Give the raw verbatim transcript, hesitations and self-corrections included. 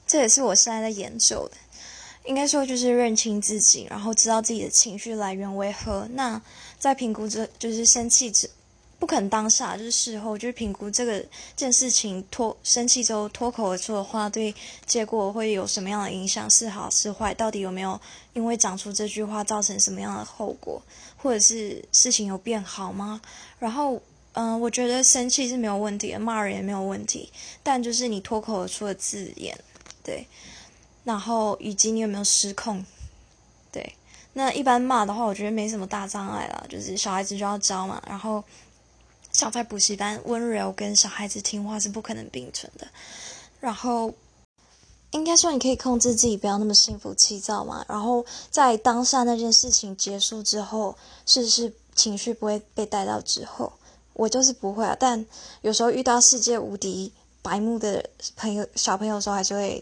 这也是我现在在研究的。应该说就是认清自己，然后知道自己的情绪来源为何。那在评估这就是生气之，不可能当下就是事后，就是评估这个件事情脱生气之后脱口而出的话，对结果会有什么样的影响，是好是坏，到底有没有因为讲出这句话造成什么样的后果，或者是事情有变好吗？然后。嗯、呃，我觉得生气是没有问题的，骂人也没有问题，但就是你脱口而出的字眼，对，然后以及你有没有失控，对。那一般骂的话，我觉得没什么大障碍啦，就是小孩子就要教嘛，然后像在补习班，温柔跟小孩子听话是不可能并存的。然后应该说你可以控制自己不要那么心浮气躁嘛，然后在当下那件事情结束之后，是不是情绪不会被带到之后？我就是不会啊，但有时候遇到世界无敌白目的朋友小朋友的时候，还是会